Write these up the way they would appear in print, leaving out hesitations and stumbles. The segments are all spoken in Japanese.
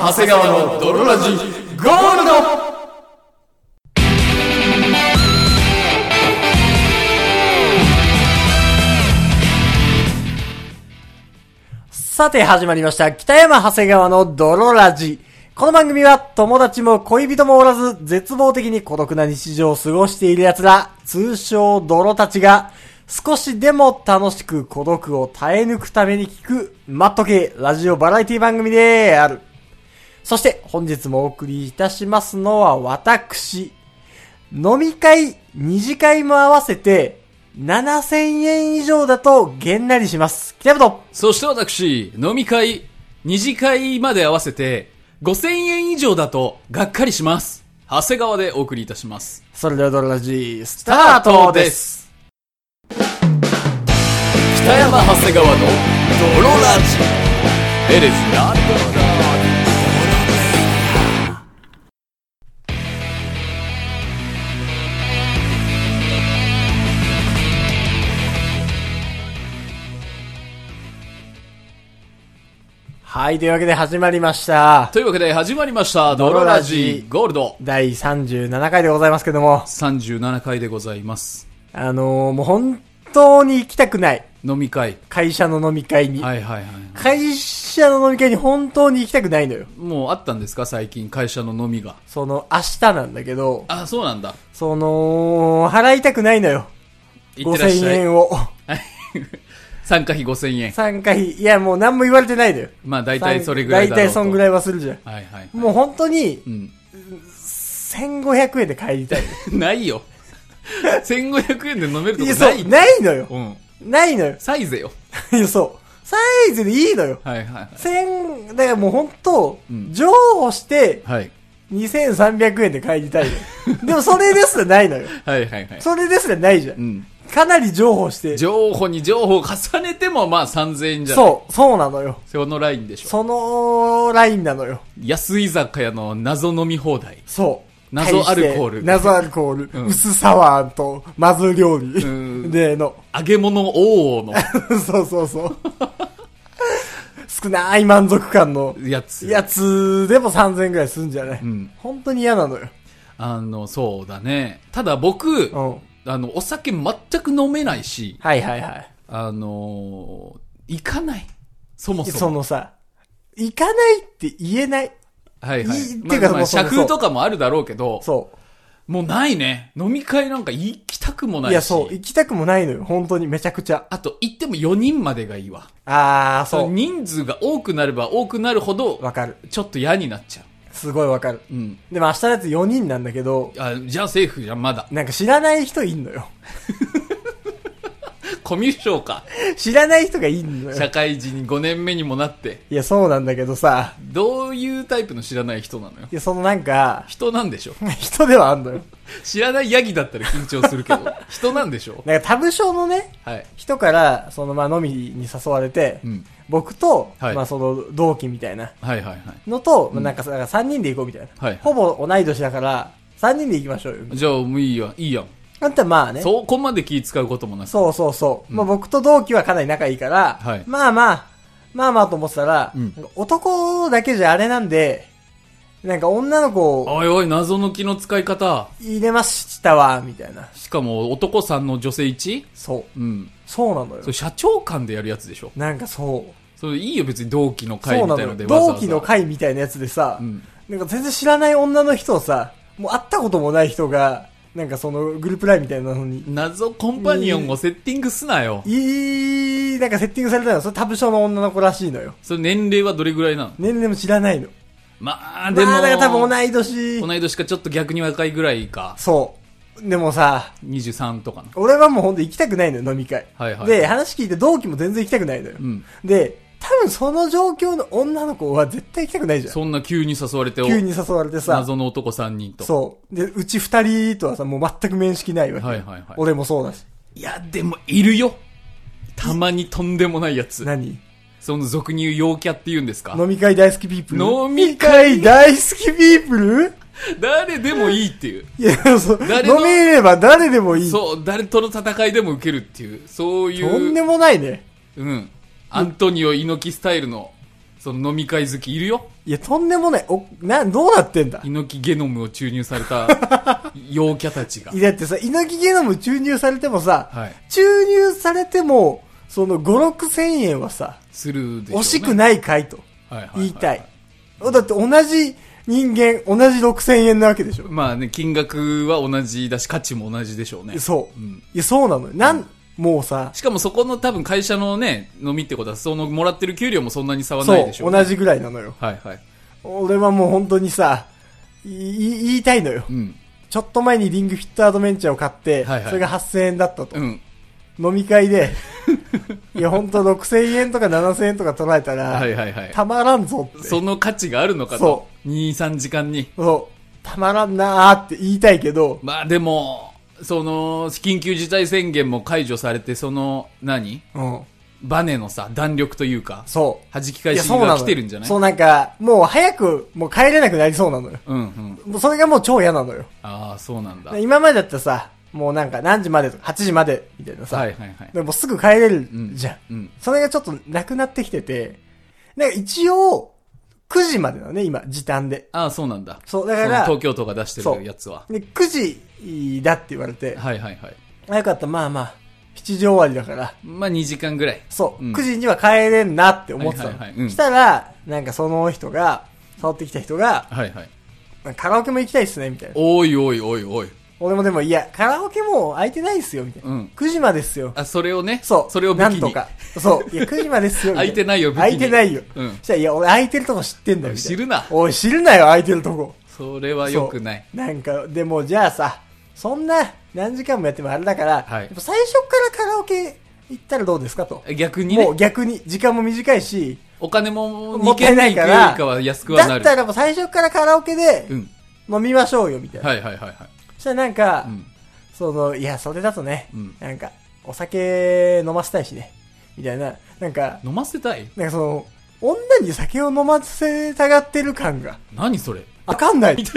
長谷川の泥ラジゴールド。 さて始まりました。北山長谷川の泥ラジ。この番組は友達も恋人もおらず絶望的に孤独な日常を過ごしている奴ら、通称泥たちが少しでも楽しく孤独を耐え抜くために聞くマット系ラジオバラエティ番組である。そして本日もお送りいたしますのは私。飲み会、二次会も合わせて7000円以上だとげんなりします。北山と。 そして私、飲み会、二次会まで合わせて5000円以上だとがっかりします。長谷川でお送りいたします。 それではドロラジスタートです。 北山長谷川の泥ラジ。エレスなはい、というわけで始まりました。 というわけで始まりました泥ラジゴールド第37回でございますけども、 37回でございます。 もう本当に行きたくない。 飲み会。 会社の飲み会に。 はいはいはい。 会社の飲み会に本当に行きたくないのよ。 もうあったんですか最近会社の飲みが。 明日なんだけど。 あ、そうなんだ。 払いたくないのよ。5000円を。 参加費5000円。 参加費。いやもう何も言われてないのよ。 まあ大体それぐらいだろうと。 大体そんぐらいはするじゃん。 はいはい、はい。 もう本当に、1500円で帰りたい。 ないよ。1500円で飲めるとこない。いや、 そう、ないのよ。 うん。 ないのよ。 サイゼよ。 いや、そう。サイズでいいのよ。 はいはいはい。 だからもう本当、譲歩して、 はい。 2300円で帰りたいよ。でもそれですらないのよ。 はいはいはい。 それですらないじゃん。うん。かなり譲歩して。 譲歩に譲歩を重ねてもまあ3000円じゃない。そうなのよ。 そのラインでしょ。 そのラインなのよ。 安居酒屋の謎飲み放題。 そう。 謎アルコール。 謎アルコール。薄サワーとまず料理。での。 揚げ物王の。 そうそうそう。少ない満足感のやつでも3000円ぐらいするんじゃない？うん。本当に嫌なのよ。 そうだね。ただ僕、お酒全く飲めないし。 はいはいはい。 行かない。そもそも。 そのさ、行かないって言えない。 はいはい。 っていうか、 まあ、社風とかもあるだろうけど。 そう。 もうないね。飲み会なんか行きたくもないし。 いや、そう。行きたくもないのよ。本当にめちゃくちゃ。 あと、行っても4人までがいいわ。 あー、そう。 人数が多くなれば多くなるほど。 わかる。 ちょっと嫌になっちゃう。 すごいわかる。うん。でも明日のやつ4人なんだけど。 じゃあセーフじゃん、まだ。 なんか知らない人いんのよ。 コミュ障か。 知らない人がいんのよ。 社会人に5年目にもなって。 いや、そうなんだけどさ。 どういうタイプの知らない人なのよ。 いや、なんか。 人なんでしょ。 人ではあんのよ。 知らないヤギだったら緊張するけど、人なんでしょ。 なんか、他部署のね、 はい、 人から、飲みに誘われて、うん、僕と、はい、同期みたいな、 はいはいはい。 のと、なんか3人で行こうみたいな。はい、ほぼ同い年だから、3人で行きましょうよ。 じゃあ、もういいや、いいやん。 あんたまあね。 そこまで気使うこともなく。 そうそうそう。うん、僕と同期はかなり仲いいから、はい、まあと思ってたら、うん、男だけじゃあれなんで、なんか女の子を。おいおい、謎の気の使い方。 入れましたわ、みたいな。 しかも男さんの女性1？ そう。うん。そうなのよ。 それ社長間でやるやつでしょ。 なんかそう。 それいいよ別に同期の会みたいなのでわざわざ。 同期の会みたいなやつでさ、うん、なんか全然知らない女の人をさ、もう会ったこともない人が、なんかグループラインみたいなのに。 謎コンパニオンをセッティングすなよ。 なんかセッティングされたの。それ他部署の女の子らしいのよ。 それ年齢はどれぐらいなの？ 年齢も知らないの。 まあ、でも。 だから多分同い年。 同い年かちょっと逆に若いぐらいか。 そう。でもさ。 23とかの。 俺はもうほんと行きたくないのよ、飲み会。 はいはい。 で、話聞いて同期も全然行きたくないのよ。うん。で、多分その状況の女の子は絶対行きたくないじゃん。 そんな急に誘われてさ。 謎の男3人と。 そう。で、うち2人とはさ、もう全く面識ないわけ。 はいはいはい。 俺もそうだし。 いや、でもいるよ。たまにとんでもないやつ。 何？ その俗に言う陽キャって言うんですか？ 飲み会大好きピープル。 飲み会大好きピープル？ 誰でもいいっていう。 いや、そう。飲めれば誰でもいい。 そう、誰との戦いでも受けるっていう、そういう。 とんでもないね。 うん。アントニオ猪木スタイルのその飲み会好きいるよ。 いや、とんでもない。どうなってんだ。 猪木ゲノムを注入された陽キャたちが。 だってさ、猪木ゲノム注入されてもさ、 はい。 注入されても、その5、6千円はさ、 するでしょうね。 惜しくないかいと言いたい。だって同じ人間、同じ6千円なわけでしょ。 まあね、金額は同じだし、価値も同じでしょうね。 そう。 うん、 いや、そうなのよ。もうさ。 しかもそこの多分会社のね、飲みってことは、そのもらってる給料もそんなに差はないでしょうね。 そう、同じぐらいなのよ。 はいはい。 俺はもう本当にさ、言いたいのよ。 うん。 ちょっと前にリングフィットアドベンチャーを買って、 はいはい、 それが8000円だったと。 うん。 飲み会で、いや本当6000円とか7000円とか捉えたら、 はいはいはい。 たまらんぞって。 その価値があるのかと。そう。2、3時間に。 そう。たまらんなーって言いたいけど。 まあでも、その、緊急事態宣言も解除されて、その、バネのさ、弾力というか、 そう。 弾き返しが来てるんじゃない？ そうなんか、もう早く、もう帰れなくなりそうなのよ。 うんうん。 それがもう超嫌なのよ。 ああ、そうなんだ。 今までだったらさ、もうなんか何時までとか8時までみたいなさ。 はいはいはい。 でもすぐ帰れるじゃん。 うん。 それがちょっとなくなってきてて、なんか一応、9時までだね、今、時短で。 ああ、そうなんだ。 そう、だから、 東京都が出してるやつは。 で、9時だって言われて。 はいはいはい。 よかった、まあまあ、7時終わりだから。 まあ2時間ぐらい。 そう、9時には帰れんなって思ってたの。したら、なんかその人が、触ってきた人が、 はいはい。 カラオケも行きたいっすね、みたいな。 おいおいおいおい。 俺もでも、いや、カラオケもう空いてないっすよ、みたいな。9時までっすよ。 あ、それをね。 そう。 それを武器に。 なんとか。そう。いや、9時までっすよ。 空いてないよ、武器に。 空いてないよ。 うん。 したら、いや、俺空いてるとこ知ってんだよ、 知るな。 おい、知るなよ、空いてるとこ。 それは良くない。 なんか、でも、じゃあさ、そんな、何時間もやってもあれだから、 はい、 最初からカラオケ行ったらどうですかと。 逆にね。 もう逆に、時間も短いし、 お金も2軒に行くよりかは安くはなる。 だったらもう最初からカラオケで、飲みましょうよ、みたいな。 はいはいはいはい。 そしたらなんか、その、いや、それだとね、なんか、お酒飲ませたいしね、みたいな、なんか、 飲ませたい？ なんかその、女に酒を飲ませたがってる感が。 何それ？ わかんない。そう。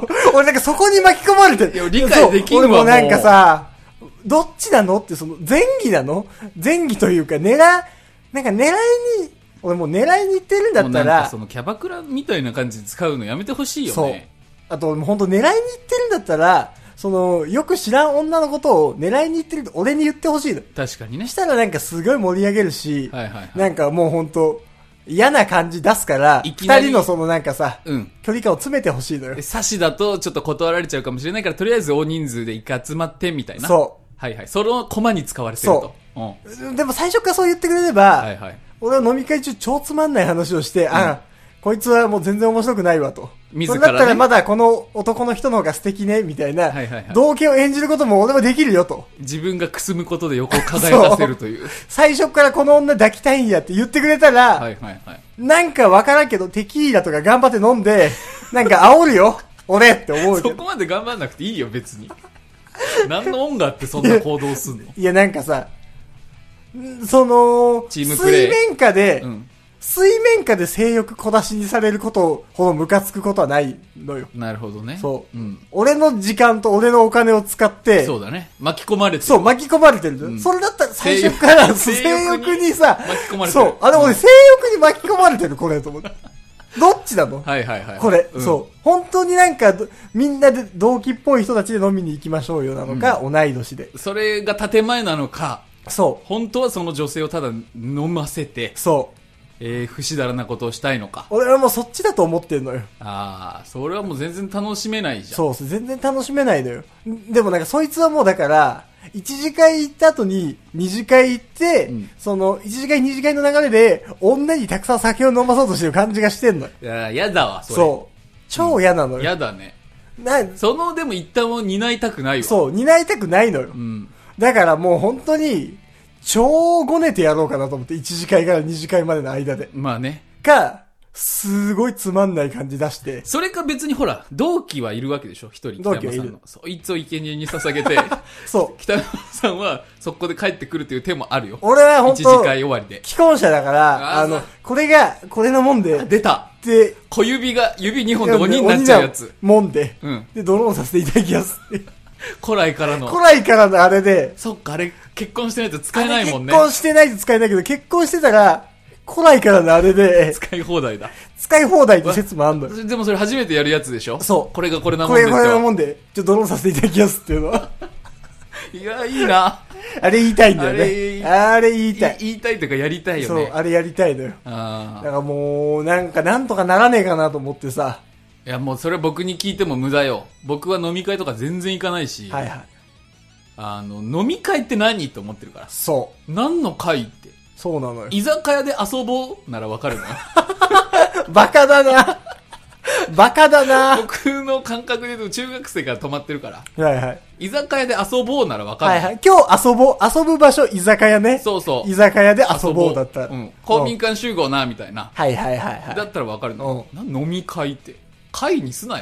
俺なんかそこに巻き込まれてる。 いや、理解できんわ。 俺もなんかさ、どっちなのってその、前儀なの？前儀というか、なんか狙いに、俺もう狙いに行ってるんだったら。なんかそのキャバクラみたいな感じで使うのやめてほしいよね。 そう。あと、もうほんと狙いに行ってるんだったら、その、よく知らん女のことを狙いに行ってると俺に言ってほしいの。 確かにね。 したらなんかすごい盛り上げるし、 はいはいはい、 なんかもうほんと、嫌な感じ出すから、二人のそのなんかさ、距離感を詰めてほしいのよ。 差しだとちょっと断られちゃうかもしれないから、とりあえず大人数で一回集まってみたいな。 そう。 はいはい。そのコマに使われてると。 そう。でも最初からそう言ってくれれば、はいはい、俺は飲み会中超つまんない話をして、こいつはもう全然面白くないわと。 自らね。 それだったらまだこの男の人の方が素敵ね、みたいな、道化を演じることも俺はできるよと。 自分がくすむことで横を輝かせるという。 最初からこの女抱きたいんやって言ってくれたら、はいはいはい、なんかわからんけどテキーラとか頑張って飲んで、なんか煽るよ、俺って思うけど。 そこまで頑張んなくていいよ、別に。何の音楽ってそんな行動すんの？ いやなんかさ、その、 チームプレイ。 水面下で、水面下で性欲小出しにされることほどムカつくことはないのよ。 なるほどね。 そう。俺の時間と俺のお金を使って。 そうだね。巻き込まれてる。 そう、巻き込まれてる。それだったら最初から性欲にさ、 巻き込まれてる。 そう。俺性欲に巻き込まれてる、これ、と思って。どっちなの？ はいはいはい。 これ、そう。本当になんか、みんなで同期っぽい人たちで飲みに行きましょうよなのか、同い年で。 それが建前なのか。 そう。 本当はその女性をただ飲ませて。 そう。 不死だらなことをしたいのか。 俺はもうそっちだと思ってるのよ。 ああ、それはもう全然楽しめないじゃん。 そう、全然楽しめないのよ。でもなんかそいつはもうだから、1次会行った後に2次会行って、その1次会2次会の流れで女にたくさん酒を飲まそうとしてる感じがしてんのよ。 いや、やだわ、それ。 そう。超嫌なのよ。 やだね。その、でも一旦を担いたくないわ。 そう、担いたくないのよ。だからもう本当に、超ごねてやろうかなと思って、1次会から2次会までの間で。 まあね。 すごいつまんない感じ出して。 それか別にほら、同期はいるわけでしょ、一人。 同期はいる。 そいつを生贄に捧げて、 そう。 北山さんは、そこで帰ってくるという手もあるよ。 俺は本当一次会終わりで。 既婚者だから、これのもんで。 出た。 で、 小指が、指2本で鬼になっちゃうやつ。 もんで。で、ドローンさせていただきます。 古来からのあれで。 そっか、あれ、結婚してないと使えないもんね。 結婚してないと使えないけど、結婚してたら、 古来からのあれで、 使い放題だ。 使い放題って説もあんのよ。 でもそれ初めてやるやつでしょ？ そう。 これがこれなもんですよ。 これなもんで、ドローンさせていただきますっていうのは。 いや、いいな。 あれ言いたいんだよね。あれ言いたい。 言いたいというかやりたいよね。 そう、あれやりたいのよ。だからもう、なんとかならねえかなと思ってさ。 いや、もうそれ僕に聞いても無駄よ。僕は飲み会とか全然行かないし。 はいはい。 飲み会って何と思ってるから。 そう。 何の会って。 そうなのよ。 居酒屋で遊ぼうならわかるのよ。 バカだな。バカだな。 僕の感覚で言うと中学生から泊まってるから。 はいはい。 居酒屋で遊ぼうならわかる。 はいはい。今日遊ぶ場所、居酒屋ね。 そうそう。 居酒屋で遊ぼうだったら。 うん。公民館集合な、みたいな。 はいはいはいはい。 だったらわかるの。飲み会って。会にすなよ。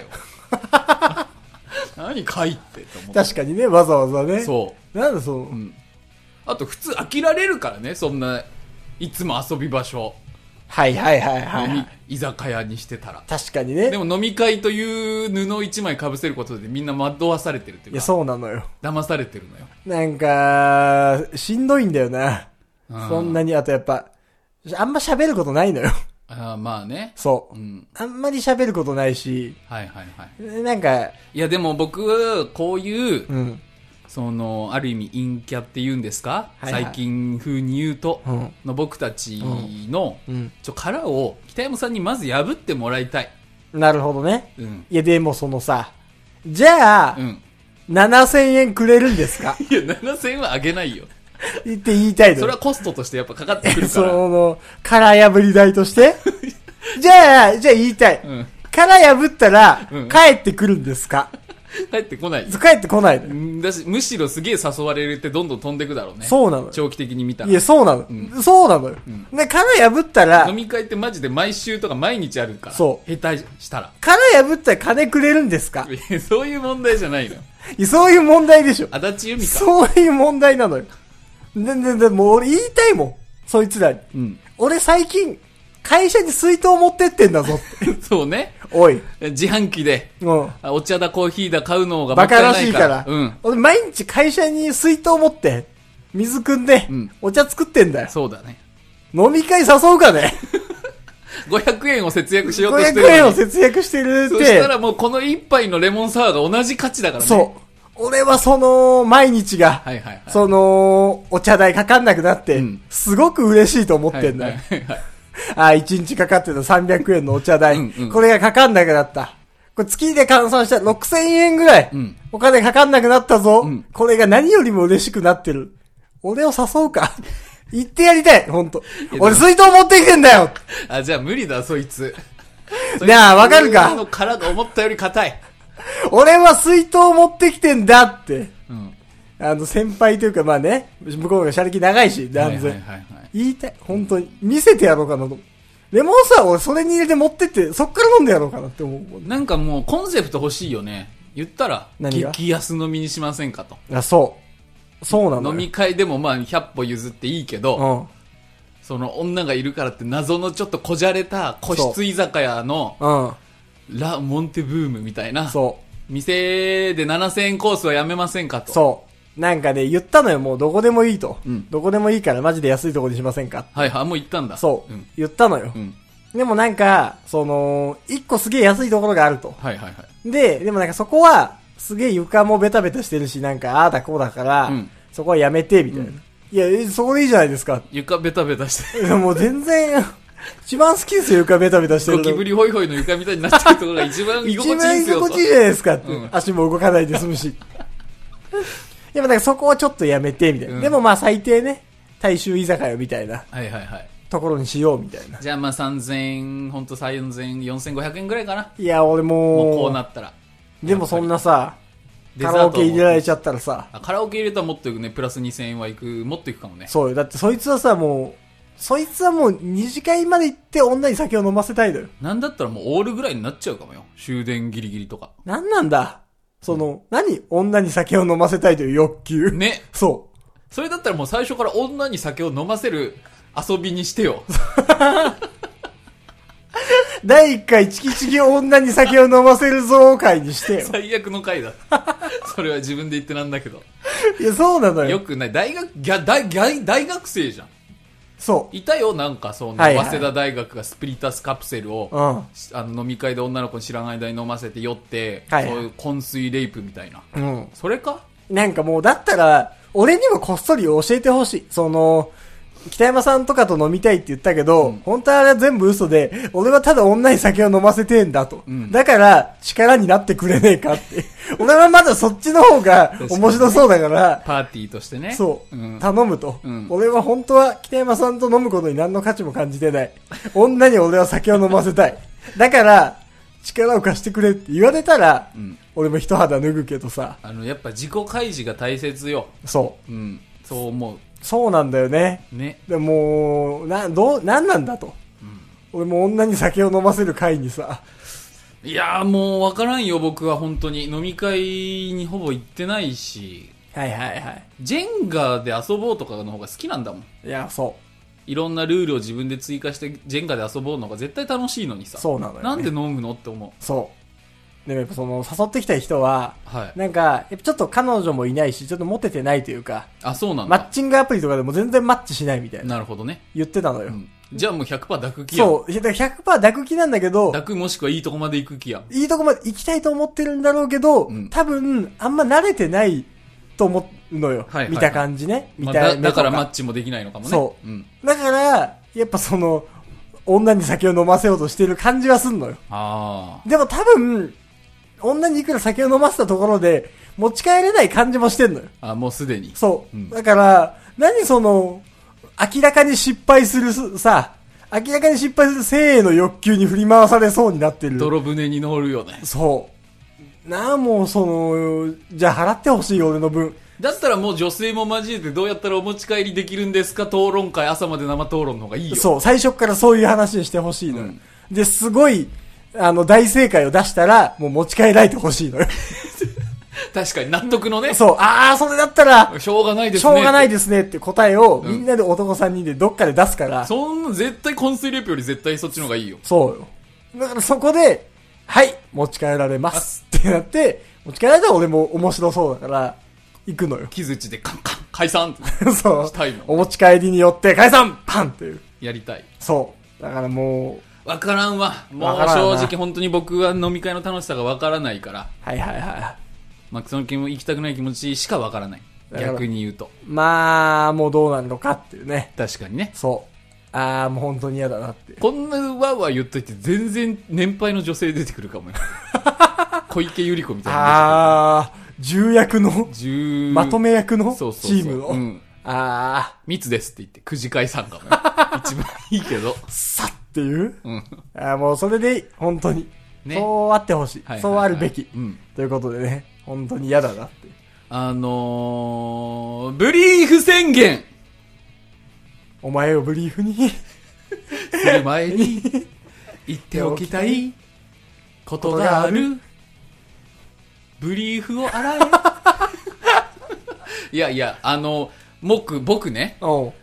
何会ってと思って。 確かにね、わざわざね。 そう。 なんだそう。 うん。あと普通飽きられるからね、そんな、いつも遊び場所。 はいはいはいはい。 居酒屋にしてたら。 確かにね。 でも飲み会という布一枚被せることでみんな惑わされてるっていうか。 いや、そうなのよ。 騙されてるのよ。 なんか、しんどいんだよな。そんなに、あとやっぱ、あんま喋ることないのよ。 まあね。 そう。うん、あんまり喋ることないし。 はいはいはい。 なんか。 いやでも僕、こういう、 うん、 ある意味陰キャって言うんですか、はいはい、最近風に言うと、の僕たちの、殻を北山さんにまず破ってもらいたい。 なるほどね。 うん。 いやでもじゃあ、7000円くれるんですか？ いや、7000円はあげないよ。 って言いたいの。 それはコストとしてやっぱかかってくるから。 殻破り代としてじゃあ言いたい。殻破ったら、帰ってくるんですか？ 帰ってこない。 帰ってこないの。 だし、むしろすげえ誘われてどんどん飛んでくだろうね。 そうなのよ。 長期的に見たら。 いや、そうなの。そうなのよ。で、殻破ったら。 飲み会ってマジで毎週とか毎日あるから。 そう。 下手したら。 殻破ったら金くれるんですか？ いや、そういう問題じゃないのよ。 いや、そういう問題でしょ。 足立由美か。 そういう問題なのよ。で、もう俺言いたいもん。そいつらに。俺最近、会社に水筒持ってってんだぞって。 そうね。 おい。 自販機で、お茶だコーヒーだ買うのがバカらしいから。 うん。 俺毎日会社に水筒持って、水汲んで、お茶作ってんだよ。 そうだね。 飲み会誘うかね。 500円を節約しようとしてる。 500円を節約してるって。 そしたらもうこの一杯のレモンサワーが同じ価値だからね。 そう。俺は毎日が、お茶代かかんなくなって、すごく嬉しいと思ってんだよ。1日かかってた300円のお茶代。これがかかんなくなった。これ月で換算したら6000円ぐらい、お金かかんなくなったぞ。これが何よりも嬉しくなってる。俺を誘うか。言ってやりたい、ほんと。俺水筒持ってきてんだよ。 じゃあ無理だ、そいつ。 なあ、わかるか？ の殻が思ったより硬い。 俺は水筒持ってきてんだって。先輩というかまあね、向こうがシャレ気長いし、断然。言いたい。本当に。見せてやろうかなと。レモンサワー俺それに入れて持ってって、そっから飲んでやろうかなって思う。 なんかもうコンセプト欲しいよね。言ったら、激安飲みにしませんかと。 そうなの。 飲み会でもまあ100歩譲っていいけど、女がいるからって謎のちょっとこじゃれた個室居酒屋の、ラ・モンテブームみたいな。店で7000円コースはやめませんかと。 なんかね、言ったのよ、もうどこでもいいと。どこでもいいからマジで安いとこにしませんか。 はいはい、もう言ったんだ。 言ったのよ。でもなんか、一個すげえ安いところがあると。でもなんかそこは、すげえ床もベタベタしてるし、なんか、ああだこうだから、そこはやめて、みたいな。いや、そこでいいじゃないですか。 床ベタベタしてる。 もう全然、一番好きですよ、床ベタベタしてる。 ゴキブリホイホイの床みたいになってるところが一番居心地いいんですよ。 一番居心地いいじゃないですかって。足も動かないで済むし。でもなんかそこはちょっとやめて、みたいな。でもまあ最低ね、大衆居酒屋みたいな。ところにしよう、みたいな。 じゃあまあ3000円、ほんと3000円、4500円ぐらいかな。 いや、俺もうこうなったら。 でもそんなさ、カラオケ入れられちゃったらさ。 カラオケ入れたらもっといくね、プラス2000円はいく、もっといくかもね。 そうよ。だってそいつはさ、そいつはもう二次会まで行って女に酒を飲ませたいのよ。 なんだったらもうオールぐらいになっちゃうかもよ。終電ギリギリとか。 なんだ何女に酒を飲ませたいという欲求。 ね。 それだったらもう最初から女に酒を飲ませる遊びにしてよ。 第1回チキチキ女に酒を飲ませるぞ会にしてよ。 最悪の回だ。それは自分で言ってなんだけど。 いや、そうなのよ。 よくない。大学生じゃん。 そう。 いたよ、なんかその、 はいはい、 早稲田大学がスピリタスカプセルを、飲み会で女の子に知らない間に飲ませて酔って、はいはい、そういう昏睡レイプみたいな。それかなんかもう、だったら、俺にもこっそり教えてほしい。北山さんとかと飲みたいって言ったけど、本当はあれは全部嘘で、俺はただ女に酒を飲ませてんだと。だから、力になってくれねえかって。俺はまだそっちの方が面白そうだから、 パーティーとしてね。 そう。頼むと。俺は本当は北山さんと飲むことに何の価値も感じてない。女に俺は酒を飲ませたい。だから、力を貸してくれって言われたら、俺も一肌脱ぐけどさ。 やっぱ自己開示が大切よ。 そう。 そう思う。 そうなんだよね。 ね。 でも、なんなんだと。俺も女に酒を飲ませる会にさ。 いやーもうわからんよ、僕は本当に。飲み会にほぼ行ってないし。 はいはいはい。 ジェンガで遊ぼうとかの方が好きなんだもん。 いや、そう。 いろんなルールを自分で追加してジェンガで遊ぼうのが絶対楽しいのにさ。 そうなのよ、ね。 なんで飲むのって思う。 そう。でもやっぱ誘ってきた人は、はい、なんか、やっぱちょっと彼女もいないし、ちょっとモテてないというか、 あ、そうなんだ。 マッチングアプリとかでも全然マッチしないみたいな。 なるほどね。 言ってたのよ。 じゃあもう 100% 抱く気やん。 そう。100% 抱く気なんだけど、 抱くもしくはいいとこまで行く気やん。 いいとこまで行きたいと思ってるんだろうけど、多分、あんま慣れてないと思うのよ。はいはいはい、見た感じね。見た目とか、 だからマッチもできないのかもね。 そう。だから、やっぱ女に酒を飲ませようとしてる感じはすんのよ。でも多分、女にいくら酒を飲ませたところで、持ち帰れない感じもしてんのよ。 あ、もうすでに。 そう。だから、明らかに失敗するさ、明らかに失敗する性への欲求に振り回されそうになってる。 泥船に乗るよね。 そう。もうじゃあ払ってほしいよ、俺の分。 だったらもう女性も交えてどうやったらお持ち帰りできるんですか討論会、朝まで生討論の方がいいよ。 そう、最初からそういう話にしてほしいのよ。で、すごい、大正解を出したら、もう持ち帰られてほしいのよ。 確かに納得のね。 そう、それだったら、 しょうがないですね。 しょうがないですねって答えを、みんなで男3人でどっかで出すから。 そんな、絶対昏睡レプより絶対そっちの方がいいよ。 そうよ。だからそこで、はい、持ち帰られますってなって、持ち帰られたら俺も面白そうだから、行くのよ。 木槌でカンカン、解散そう。 したいの。 お持ち帰りによって解散パンっていう。 やりたい。 そう。だからもう。わからんわ。もう正直本当に僕は飲み会の楽しさがわからないから。 はいはいはい。 その気も行きたくない気持ちしかわからない。逆に言うと。 もうどうなるのかっていうね。 確かにね。 そう。もう本当に嫌だなって。 こんなわーわー言っといて全然年配の女性出てくるかもよ。小池百合子みたいな。 重役のまとめ役のチームの。 密ですって言って9時解散かもよ。一番いいけど。 さっていう、もうそれで本当に。ね、そうあってほしい。そうあるべき。ということでね、本当に嫌だなって。 ブリーフ宣言お前をブリーフにする前に言っておきたいことがある。ブリーフを洗え。いやいや、僕ね、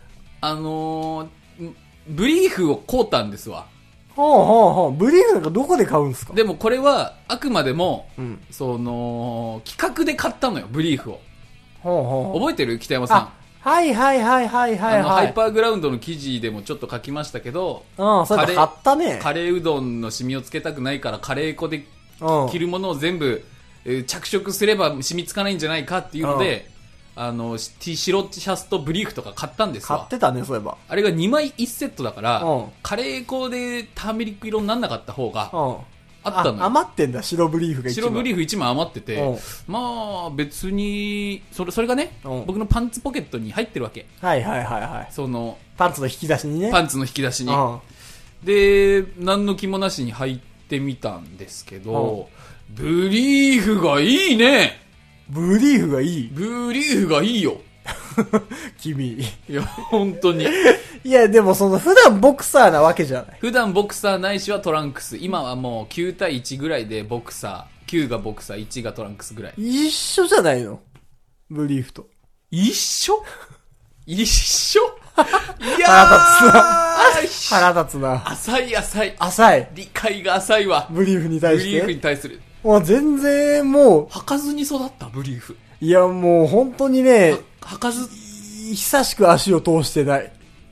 ブリーフを買うたんですわ。 ブリーフなんかどこで買うんすか？ でもこれはあくまでも、企画で買ったのよ、ブリーフを。覚えてる？北山さん。 はい。ハイパーグラウンドの記事でもちょっと書きましたけど、 それ買ったね。 カレーうどんのシミをつけたくないからカレー粉で着るものを全部着色すれば染みつかないんじゃないかっていうので、白シャツとブリーフとか買ったんですわ。 買ってたね、そういえば。 あれが2枚1セットだから、カレー粉でターメリック色にならなかった方があったのよ。 余ってんだ、白ブリーフが1枚。 白ブリーフ1枚余ってて、別にそれがね、僕のパンツポケットに入ってるわけ。 はい。パンツの引き出しにね。 パンツの引き出しに。で、何の気もなしに入ってみたんですけど、ブリーフがいいね。 ブリーフがいい。 ブリーフがいいよ。 君。 いや、本当に。 いや、でも普段ボクサーなわけじゃない。 普段ボクサーないしはトランクス。今はもう9対1ぐらいでボクサー。9がボクサー、1がトランクスぐらい。 一緒じゃないの？ブリーフと。 一緒いやー腹立つな。浅い。 理解が浅いわ。 ブリーフに対して。 ブリーフに対する。 もう全然もう。 履かずに育ったブリーフ。 いやもう本当にね。 履かず。 久しく足を通してない。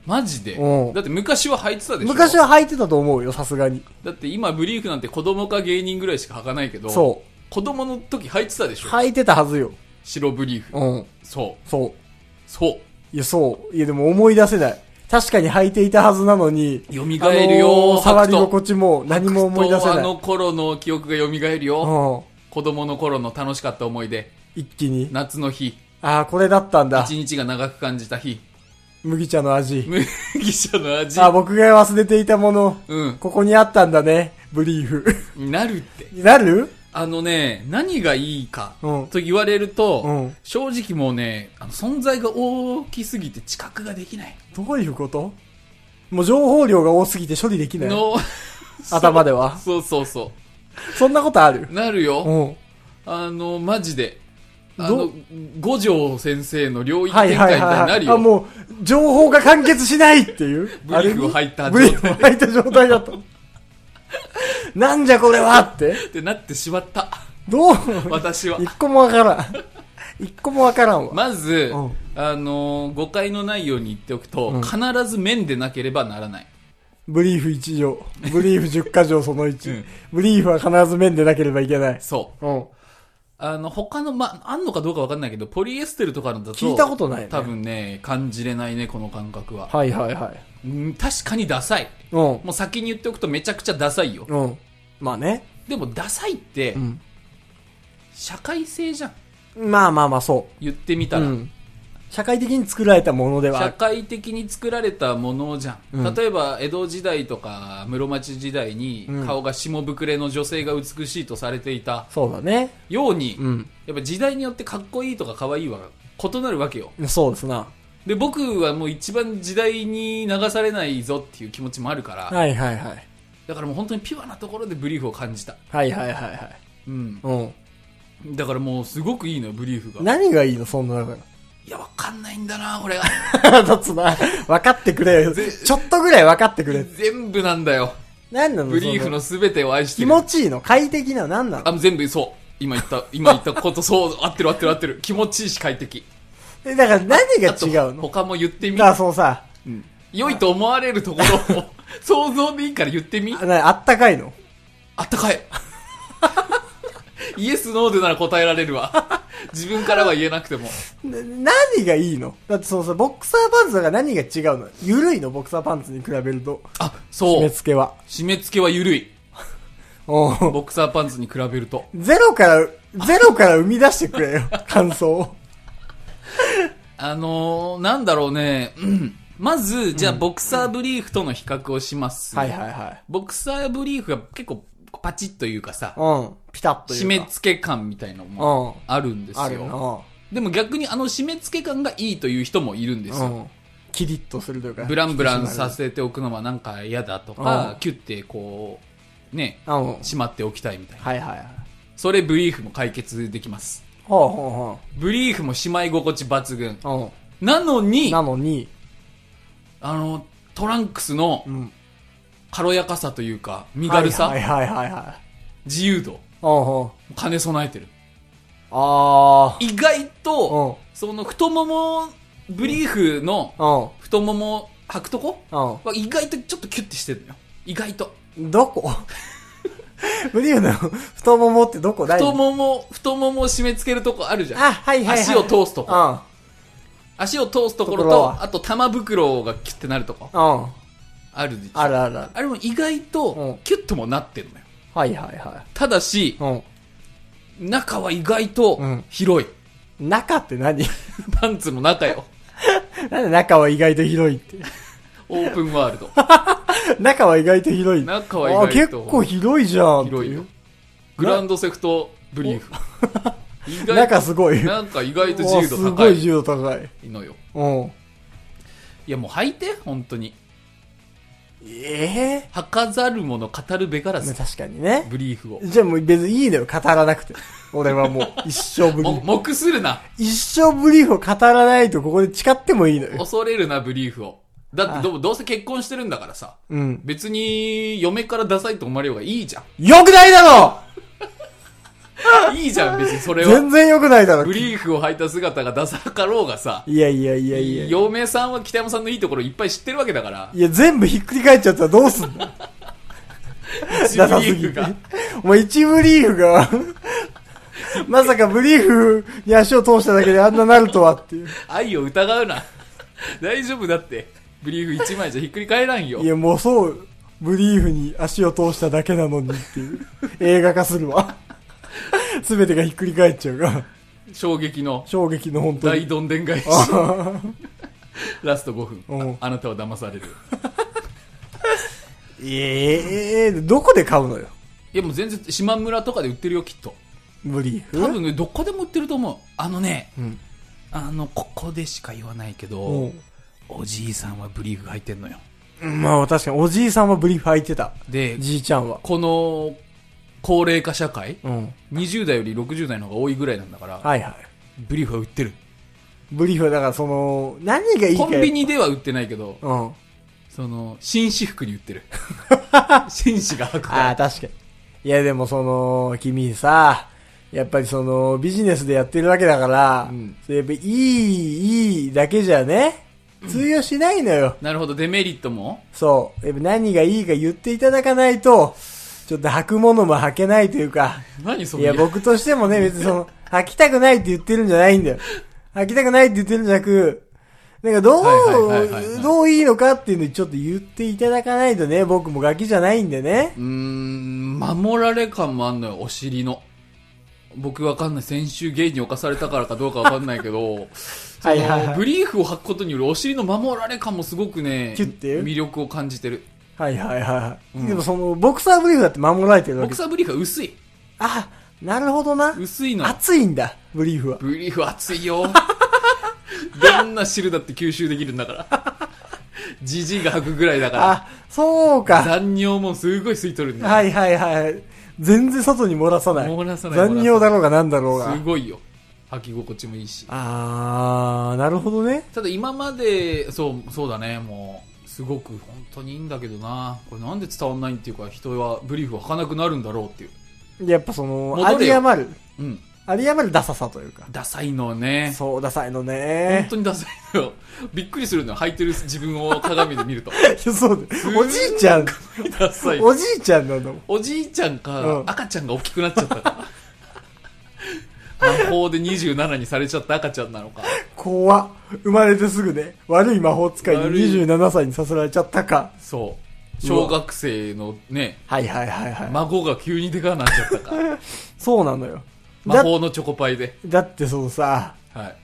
マジで？だって昔は履いてたでしょ？ 昔は履いてたと思うよ、さすがに。 だって今ブリーフなんて子供か芸人ぐらいしか履かないけど。 そう。 子供の時履いてたでしょ？ 履いてたはずよ。 白ブリーフ。 うん。 そう。 そう。 そう。 いや、そう。いや、でも思い出せない。確かに履いていたはずなのに。 蘇るよ、 触り心地も何も思い出せない。 あの頃の記憶が蘇るよ。子供の頃の楽しかった思い出。 一気に。 夏の日。 ああ、これだったんだ。 一日が長く感じた日。 麦茶の味。 麦茶の味。 あ、僕が忘れていたもの。 うん。 ここにあったんだね。ブリーフ。 なるって。 なる？ 何がいいかと言われると、正直もうね、存在が大きすぎて知覚ができない。 どういうこと？もう情報量が多すぎて処理できない。頭では。 そうそうそう。 そんなことある？ なるよ。マジで。五条先生の領域展開みたいになるよ。 もう、情報が完結しないっていう。 ブリーフを履いた状態。 ブリーフを履いた状態だった。なんじゃこれはって。 ってなってしまった。 どう？ 私は。 一個もわからん。一個もわからんわ。 まず、誤解のないように言っておくと、必ず面でなければならない。 ブリーフ1条。ブリーフ10か条その1。ブリーフは必ず面でなければいけない。 そう。他の、あんのかどうかわかんないけど、ポリエステルとかのだと、 聞いたことないね。 多分ね、感じれないね、この感覚は。 はいはいはい。 確かにダサい。もう先に言っておくとめちゃくちゃダサいよ。 まあね。 でもダサいって、社会性じゃん。 まあそう。 言ってみたら。 社会的に作られたものでは。 社会的に作られたものじゃん。例えば、江戸時代とか室町時代に顔が下膨れの女性が美しいとされていた。 そうだね。 ように、やっぱ時代によってかっこいいとか可愛いは異なるわけよ。 そうですな。 で、僕はもう一番時代に流されないぞっていう気持ちもあるから。 はいはいはい。 だからもう本当にピュアなところでブリーフを感じた。 はいはいはいはい。 だからもうすごくいいのよ、ブリーフが。 何がいいのそんな中。 いや、わかんないんだな、これが。 だつな。分かってくれよ。ちょっとぐらい分かってくれ。 全部なんだよ。 何なのブリーフのすべてを愛してる。 気持ちいいの？快適なの？何なの？ 全部そう。今言ったこと、そう、合ってる。気持ちいいし快適。 だから何が違うの？ 他も言ってみ。 そうさ。 良いと思われるところを想像でいいから言ってみ。 あったかいの？ あったかい。イエスノーでなら答えられるわ。自分からは言えなくても。 何がいいの？だってそうさ、ボクサーパンツが何が違うの？緩いの？ボクサーパンツに比べると。 そう。 締め付けは。 締め付けは緩い。ボクサーパンツに比べると。 ゼロから生み出してくれよ。感想を。 なんだろうね。まず、じゃあ、ボクサーブリーフとの比較をします。 はいはいはい。 ボクサーブリーフが結構、パチッというかさ、 ピタッというか。 締め付け感みたいなのもあるんですよ。 あるな。 でも逆に締め付け感がいいという人もいるんですよ。 キリッとするというか。 ブランブランさせておくのはなんか嫌だとか、キュッてこう、ね、しまっておきたいみたいな。 はいはいはい。 それブリーフも解決できます。ブリーフもしまい心地抜群。なのに、トランクスの、軽やかさというか、身軽さ。自由度。兼ね備えてる。意外と、その太もも、ブリーフの太もも履くとこは意外とちょっとキュッてしてるのよ。意外と。 どこ？ブリーフの太ももってどこ？ 太ももを締め付けるとこあるじゃん。足を通すとこ。足を通すところと、あと玉袋がキュッてなるとこ。あるでしょ。 ある。 あれも意外と、キュッともなってるのよ。ただし、中は意外と広い。 中って何？ パンツの中よ。 なんで中は意外と広いって。 オープンワールド。 中は意外と広い。 中は意外と。 結構広いじゃん。 広いよ。グランドセフトブリーフ。 中すごい。 なんか意外と自由度高い。 すごい自由度高い。 のよ。いやもう履いて、本当に。履かざる者語るべからず。 確かにね。 ブリーフを。 じゃあもう別にいいのよ、語らなくて。俺はもう一生ブリーフ。 目するな。 一生ブリーフを語らないとここで誓ってもいいのよ。 恐れるな、ブリーフを。だってどうせ結婚してるんだからさ。別に嫁からダサいと思われようがいいじゃん。 よくないだろいいじゃん、別にそれは。 全然良くないだろ。 ブリーフを履いた姿がダサかろうがさ。 いやいやいやいや。 嫁さんは北山さんのいいところいっぱい知ってるわけだから。 いや、全部ひっくり返っちゃったらどうすんだダサすぎる。 お前1ブリーフが、まさかブリーフに足を通しただけであんななるとはっていう。 愛を疑うな。大丈夫だって。ブリーフ1枚じゃひっくり返らんよ。 いや、もうそう、ブリーフに足を通しただけなのにっていう。映画化するわ。すべてがひっくり返っちゃうが。 衝撃の本当に。 大どんでん返し。ラスト5分。あなたは騙される。 どこで買うのよ。 いやもう全然島村とかで売ってるよきっと。 ブリーフ多分ねどこでも売ってると思う。ここでしか言わないけど、おじいさんはブリーフ履いてんのよ。 まあ確かにおじいさんはブリーフ履いてた。 でじいちゃんはこの高齢化社会、20代より60代の方が多いぐらいなんだから、 はいはい、 ブリーフは売ってる。 ブリーフはだからその何がいいか、 コンビニでは売ってないけど、その紳士服に売ってる。紳士が履くから。 ああ確かに。いやでもその君さ、やっぱりそのビジネスでやってるわけだから、やっぱいいだけじゃね通用しないのよ。 なるほど、デメリットもそう。やっぱ何がいいか言っていただかないと、ちょっと履くものも履けないというか。 何それ。 いや、僕としてもね、別にその、履きたくないって言ってるんじゃないんだよ。履きたくないって言ってるんじゃなく、なんかどういいのかっていうのにちょっと言っていただかないとね、僕もガキじゃないんでね。 守られ感もあんのよ、お尻の。僕わかんない。先週ゲイに侵されたからかどうかわかんないけど、ブリーフを履くことによるお尻の守られ感もすごくね、魅力を感じてる。 はいはいはい。でもその、ボクサーブリーフだって守られてるわけ。 ボクサーブリーフは薄い。 あ、なるほどな。 薄いの。 熱いんだ、ブリーフは。 ブリーフ熱いよ。どんな汁だって吸収できるんだから。ジジイが履くぐらいだから。 あ、そうか。 残尿もすごい吸い取るんだ。 はいはいはい。全然外に漏らさない。残尿だろうがなんだろうが。 すごいよ。履き心地もいいし。 なるほどね。 ただ今まで、そうだね、もう、すごく本当にいいんだけどな。これなんで伝わんないっていうか、人はブリーフを履かなくなるんだろうっていう。 やっぱその、有り余る。有り余るダサさというか。 ダサいのね。 そう、ダサいのね。 本当にダサいのよ。びっくりするのよ。履いてる自分を鏡で見ると。 そうだ。おじいちゃん。 ダサい。 おじいちゃんなの。 おじいちゃんか、赤ちゃんが大きくなっちゃったか。魔法で27にされちゃった赤ちゃんなのか。 怖っ。生まれてすぐね、悪い魔法使いに27歳にさせられちゃったか。 そう。小学生のね。 はい。 孫が急にでかくなっちゃったか。 そうなのよ。 魔法のチョコパイで。 だってそうさ。はい。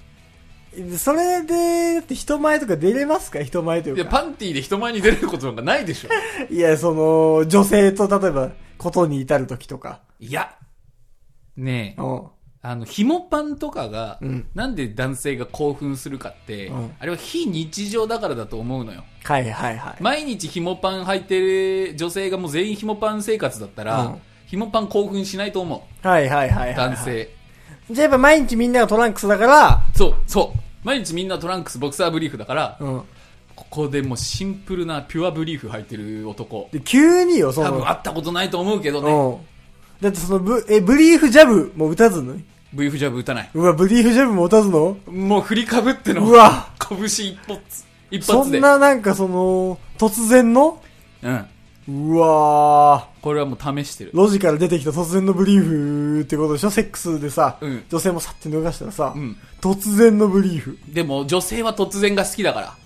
それで、だって人前とか出れますか？人前というか。 いや、パンティーで人前に出れることなんかないでしょ。 いや、その、女性と例えば、ことに至るときとか。 いや。ねえ。紐パンとかが、なんで男性が興奮するかって、あれは非日常だからだと思うのよ。 はい。 毎日紐パン履いてる女性がもう全員紐パン生活だったら、紐パン興奮しないと思う。 はい。 男性。 じゃあやっぱ毎日みんながトランクスだから、 そう。毎日みんなトランクス、ボクサーブリーフだから、ここでもうシンプルなピュアブリーフ履いてる男。 で、急によ、その。 多分会ったことないと思うけどね。 だってそのブリーフジャブも打たずの？ ブリーフジャブ打たない。 うわ、ブリーフジャブも打たずの？ もう振りかぶっての。 うわ。 拳一発で。 そんななんかその、突然の？うわー。これはもう試してる。 路地から出てきた突然のブリーフってことでしょ？セックスでさ、女性もさって脱がしたらさ、突然のブリーフ。 でも女性は突然が好きだから。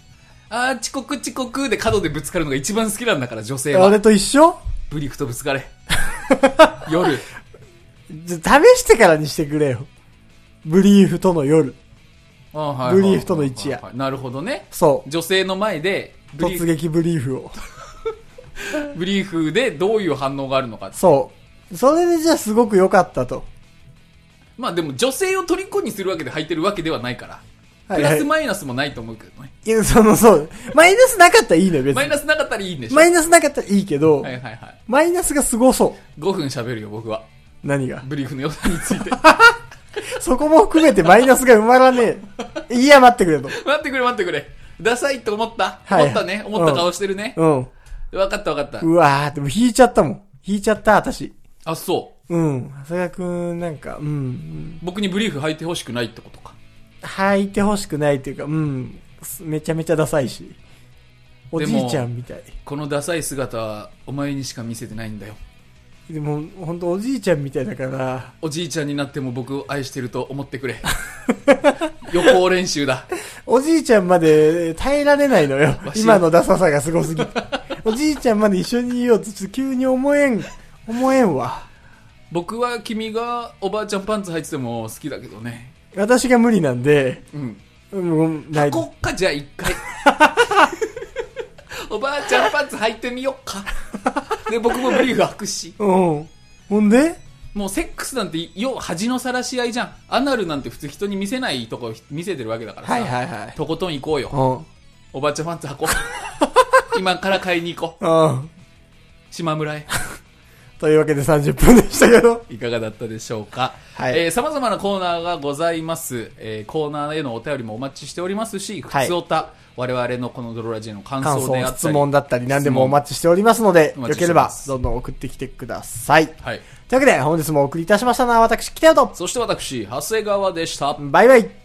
遅刻で角でぶつかるのが一番好きなんだから、女性は。 あれと一緒？ ブリーフとぶつかれ。夜。 じゃ、試してからにしてくれよ。ブリーフとの夜。ブリーフとの一夜。 なるほどね。 そう。 女性の前で、 突撃ブリーフを。 ブリーフでどういう反応があるのか。 そう。それでじゃあすごく良かったと。 まあでも女性を虜にするわけで履いてるわけではないから。プラスマイナスもないと思うけどね。 いや、そう。マイナスなかったらいいのよ、別に。 マイナスなかったらいいんでしょ。 マイナスなかったらいいけど、マイナスがすごそう。 5分喋るよ、僕は。 何が？ ブリーフの良さについて。 そこも含めてマイナスが埋まらねえ。いや、待ってくれと。 待ってくれ。ダサいって思った？思ったね。思った顔してるね。わかった。 うわー、でも引いちゃったもん。引いちゃった、私。 あ、そうん。長谷川くん、なんか、うん。 僕にブリーフ履いてほしくないってことか。 履いてほしくないっていうか、うん。めちゃめちゃダサいし。おじいちゃんみたい。 このダサい姿はお前にしか見せてないんだよ。 でも、ほんとおじいちゃんみたいだから。 おじいちゃんになっても僕を愛してると思ってくれ。予行練習だ。 おじいちゃんまで耐えられないのよ。今のダサさがすごすぎて。おじいちゃんまで一緒にいようとちょっと急に思えんわ。 僕は君がおばあちゃんパンツ履いてても好きだけどね。 私が無理なんで。 うん。 ない。 履こっか、じゃあ一回。おばあちゃんパンツ履いてみよっか。で、僕もブリーフ履くし。 うん。ほんでもうセックスなんて恥のさらし合いじゃん。アナルなんて普通人に見せないとこ見せてるわけだからさ。 はいはいはい。 とことん行こうよ。 うん。 おばあちゃんパンツ履こう。今から買いに行こう。 うん。 島村へ。 というわけで30分でしたけど。 いかがだったでしょうか。 はい。 様々なコーナーがございます。コーナーへのお便りもお待ちしておりますし、普通おた、我々のこのドロラジーの感想であったり。 質問だったり何でもお待ちしておりますので、よければどんどん送ってきてください。 はい。 というわけで本日もお送りいたしましたのは私、北野と。 そして私、長谷川でした。 バイバイ。